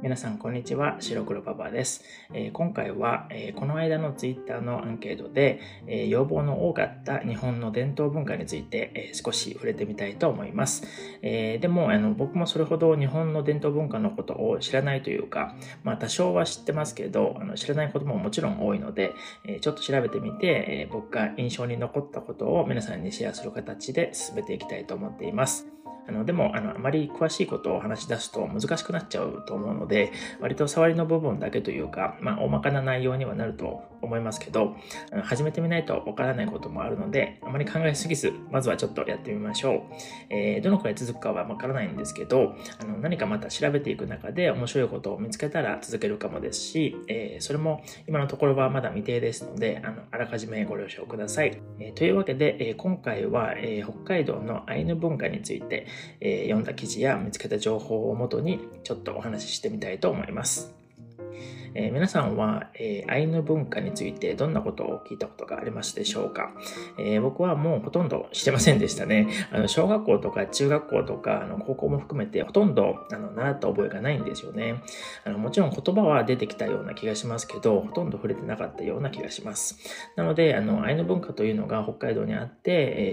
皆さんこんにちは、白黒パパです。今回は、この間のツイッターのアンケートで、要望の多かった日本の伝統文化について、少し触れてみたいと思います。でも僕もそれほど日本の伝統文化のことを知らないというか、多少は知ってますけど、知らないことももちろん多いので、ちょっと調べてみて、僕が印象に残ったことを皆さんにシェアする形で進めていきたいと思っています。でもあまり詳しいことを話し出すと難しくなっちゃうと思うので、割と触りの部分だけというか、大まかな内容にはなると思いますけど、始めてみないとわからないこともあるので、あまり考えすぎず、まずはちょっとやってみましょう。どのくらい続くかはわからないんですけど、何かまた調べていく中で面白いことを見つけたら続けるかもですし、それも今のところはまだ未定ですので、あらかじめご了承ください。というわけで、今回は、北海道のアイヌ文化について、読んだ記事や見つけた情報をもとにちょっとお話ししてみたいと思います。皆さんは、アイヌ文化についてどんなことを聞いたことがありますでしょうか。僕はもうほとんどしてませんでしたね。小学校とか中学校とか高校も含めてほとんど習った覚えがないんですよね。もちろん言葉は出てきたような気がしますけど、ほとんど触れてなかったような気がします。なのでアイヌ文化というのが北海道にあって、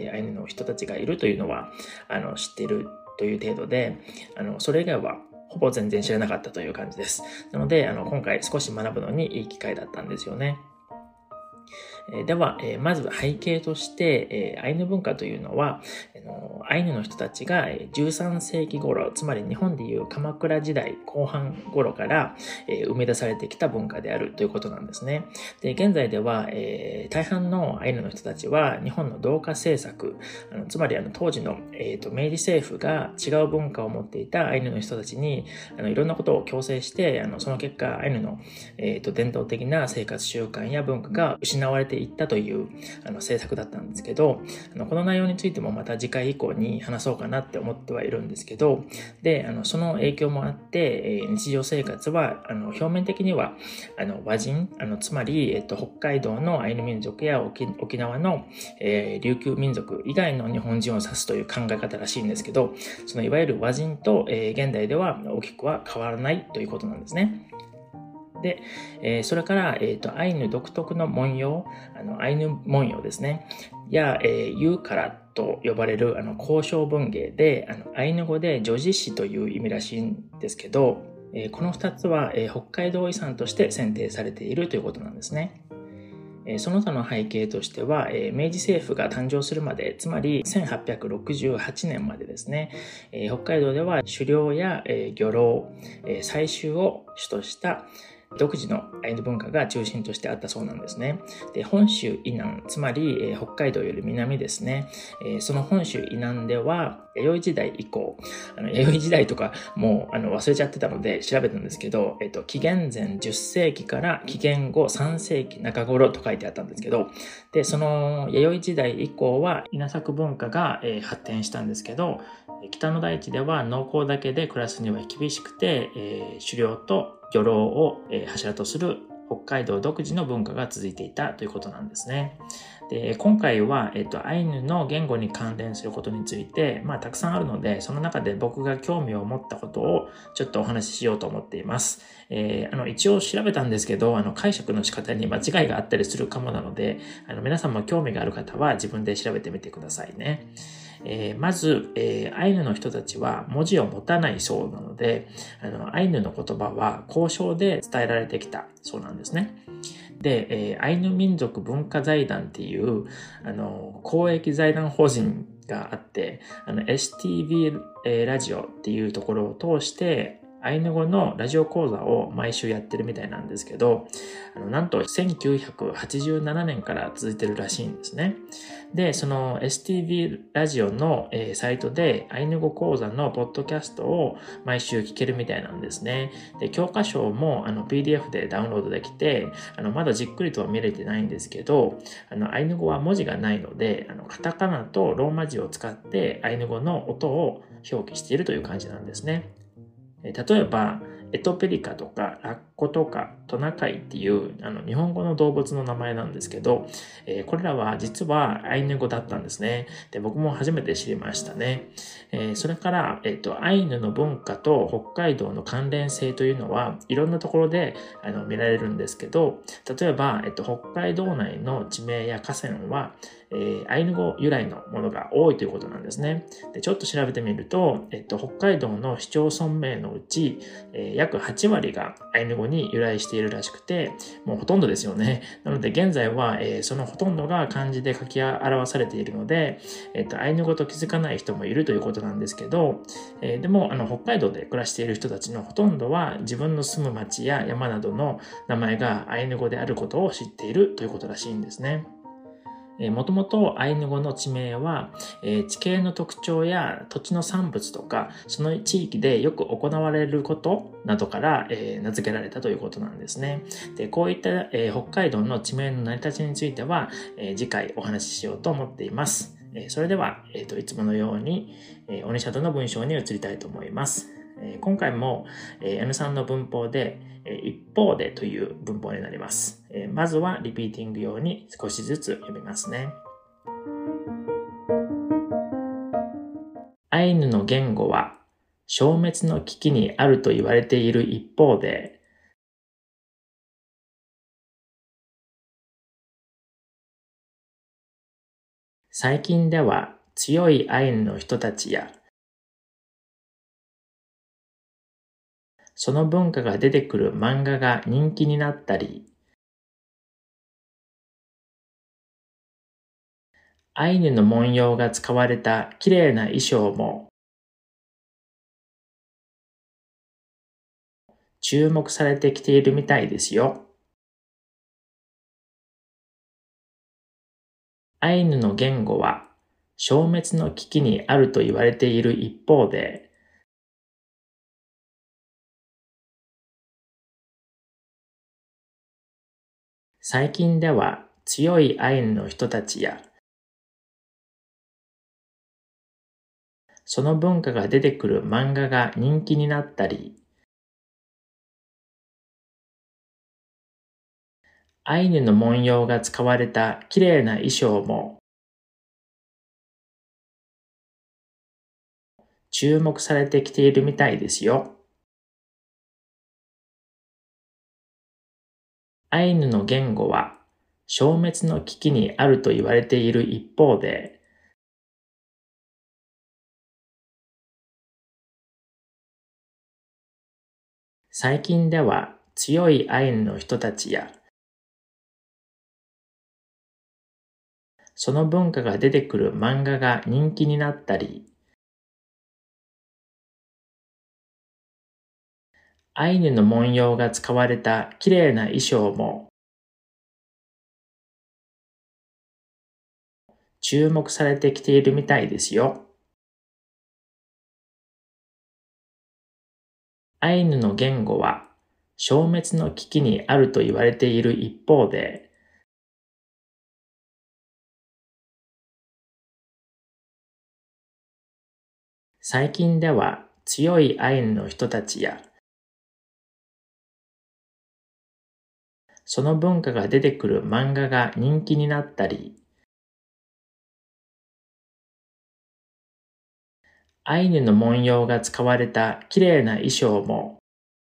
アイヌの人たちがいるというのは知っているという程度で、それ以外はほぼ全然知らなかったという感じです。なので、今回少し学ぶのにいい機会だったんですよね。では、まず背景として、アイヌ文化というのは、アイヌの人たちが13世紀頃、つまり日本でいう鎌倉時代後半頃から生み出されてきた文化であるということなんですね。で、現在では、大半のアイヌの人たちは日本の同化政策、つまり当時の、明治政府が違う文化を持っていたアイヌの人たちにいろんなことを強制して、その結果アイヌの、伝統的な生活習慣や文化が失われていったという政策だったんですけど、この内容についてもまた次回以降に話そうかなって思ってはいるんですけど、でその影響もあって、日常生活は表面的には和人つまり、北海道のアイヌ民族や沖縄の、琉球民族以外の日本人を指すという考え方らしいんですけど、そのいわゆる和人と、現代では大きくは変わらないということなんですね。で、それから、アイヌ独特の文様、アイヌ文様ですね。や、ユーカラと呼ばれる交渉文芸で、アイヌ語で女子詩という意味らしいんですけど、この2つは、北海道遺産として選定されているということなんですね。その他の背景としては、明治政府が誕生するまで、つまり1868年までですね、北海道では狩猟や、漁労、採集を主とした独自のアイヌ文化が中心としてあったそうなんですね。で、本州以南、つまり、北海道より南ですね。その本州以南では、弥生時代以降、弥生時代とかもう忘れちゃってたので調べたんですけど、紀元前10世紀から紀元後3世紀中頃と書いてあったんですけど、で、その弥生時代以降は稲作文化が、発展したんですけど、北の大地では農耕だけで暮らすには厳しくて、狩猟と漁労を柱とする北海道独自の文化が続いていたということなんですね。で、今回は、アイヌの言語に関連することについて、たくさんあるので、その中で僕が興味を持ったことをちょっとお話ししようと思っています。一応調べたんですけど、解釈の仕方に間違いがあったりするかもなので、皆さんも興味がある方は自分で調べてみてくださいね。まず、アイヌの人たちは文字を持たないそうなので、アイヌの言葉は交渉で伝えられてきたそうなんですね。で、アイヌ民族文化財団っていう公益財団法人があって、STV ラジオっていうところを通してアイヌ語のラジオ講座を毎週やってるみたいなんですけど、なんと1987年から続いてるらしいんですね。で、その STV ラジオの、サイトでアイヌ語講座のポッドキャストを毎週聞けるみたいなんですね。で、教科書もPDF でダウンロードできて、まだじっくりとは見れてないんですけど、アイヌ語は文字がないので、カタカナとローマ字を使ってアイヌ語の音を表記しているという感じなんですね。例えば、 エトペリカとかラッコとかトナカイっていう日本語の動物の名前なんですけど、これらは実はアイヌ語だったんですね。で、僕も初めて知りましたね。それから、アイヌの文化と北海道の関連性というのはいろんなところで見られるんですけど、例えば、北海道内の地名や河川は、アイヌ語由来のものが多いということなんですね。で、ちょっと調べてみると、北海道の市町村名のうち、約8割がアイヌ語に由来しているらしくて、もうほとんどですよね。なので現在は、そのほとんどが漢字で書き表されているので、アイヌ語と気づかない人もいるということなんですけど、でも北海道で暮らしている人たちのほとんどは自分の住む町や山などの名前がアイヌ語であることを知っているということらしいんですね。もともとアイヌ語の地名は、地形の特徴や土地の産物とか、その地域でよく行われることなどから、名付けられたということなんですね。で、こういった、北海道の地名の成り立ちについては、次回お話ししようと思っています。それでは、いつものように、オニシャドの文章に移りたいと思います。今回も N3 の文法で一方でという文法になります。まずはリピーティング用に少しずつ読みますね。アイヌの言語は消滅の危機にあると言われている一方で、最近では強いアイヌの人たちやその文化が出てくる漫画が人気になったり、アイヌの文様が使われた綺麗な衣装も注目されてきているみたいですよ。アイヌの言語は消滅の危機にあると言われている一方で、最近では強いアイヌの人たちやその文化が出てくる漫画が人気になったり、アイヌの文様が使われた綺麗な衣装も注目されてきているみたいですよ。アイヌの言語は消滅の危機にあると言われている一方で、最近では強いアイヌの人たちやその文化が出てくる漫画が人気になったり、アイヌの文様が使われた綺麗な衣装も注目されてきているみたいですよ。アイヌの言語は消滅の危機にあると言われている一方で、最近では強いアイヌの人たちやその文化が出てくる漫画が人気になったり、アイヌの文様が使われた綺麗な衣装も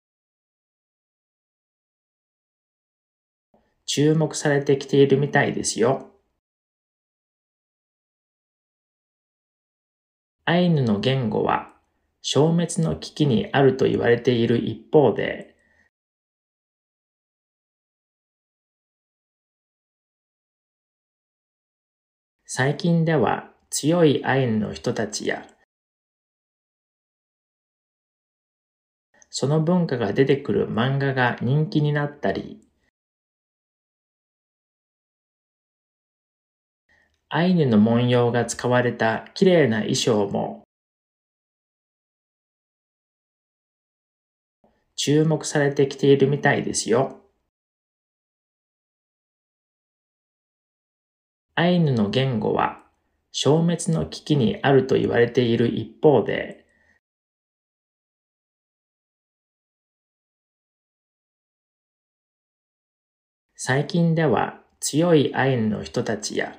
注目されてきているみたいですよ。アイヌの言語は消滅の危機にあると言われている一方で、最近では強いアイヌの人たちやその文化が出てくる漫画が人気になったり、アイヌの文様が使われた綺麗な衣装も注目されてきているみたいですよ。アイヌの言語は消滅の危機にあると言われている一方で、 最近では強いアイヌの人たちや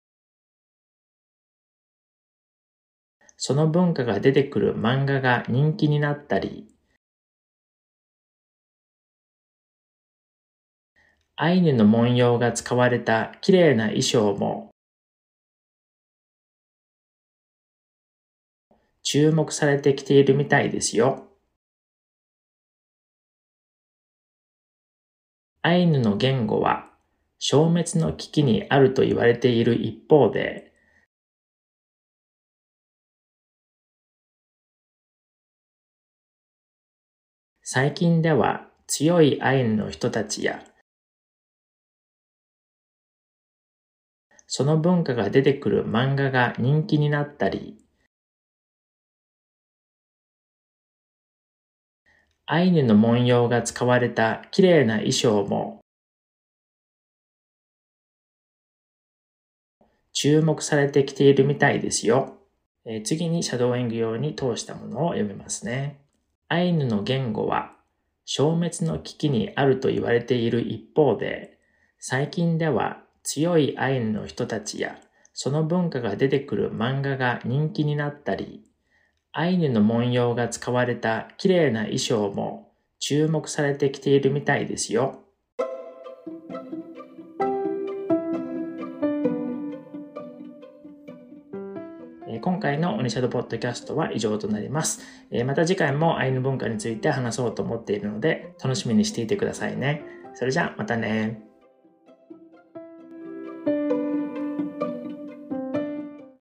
その文化が出てくる漫画が人気になったり、アイヌの文様が使われた綺麗な衣装も注目されてきているみたいですよ。アイヌの言語は消滅の危機にあると言われている一方で、最近では強いアイヌの人たちやその文化が出てくる漫画が人気になったり、アイヌの文様が使われた綺麗な衣装も注目されてきているみたいですよ。次にシャドーイング用に通したものを読みますね。アイヌの言語は消滅の危機にあると言われている一方で、最近では強いアイヌの人たちやその文化が出てくる漫画が人気になったり、アイヌの文様が使われた綺麗な衣装も注目されてきているみたいですよ。今回のオニシャドポッドキャストは以上となります。また次回もアイヌ文化について話そうと思っているので楽しみにしていてくださいね。それじゃあまたね。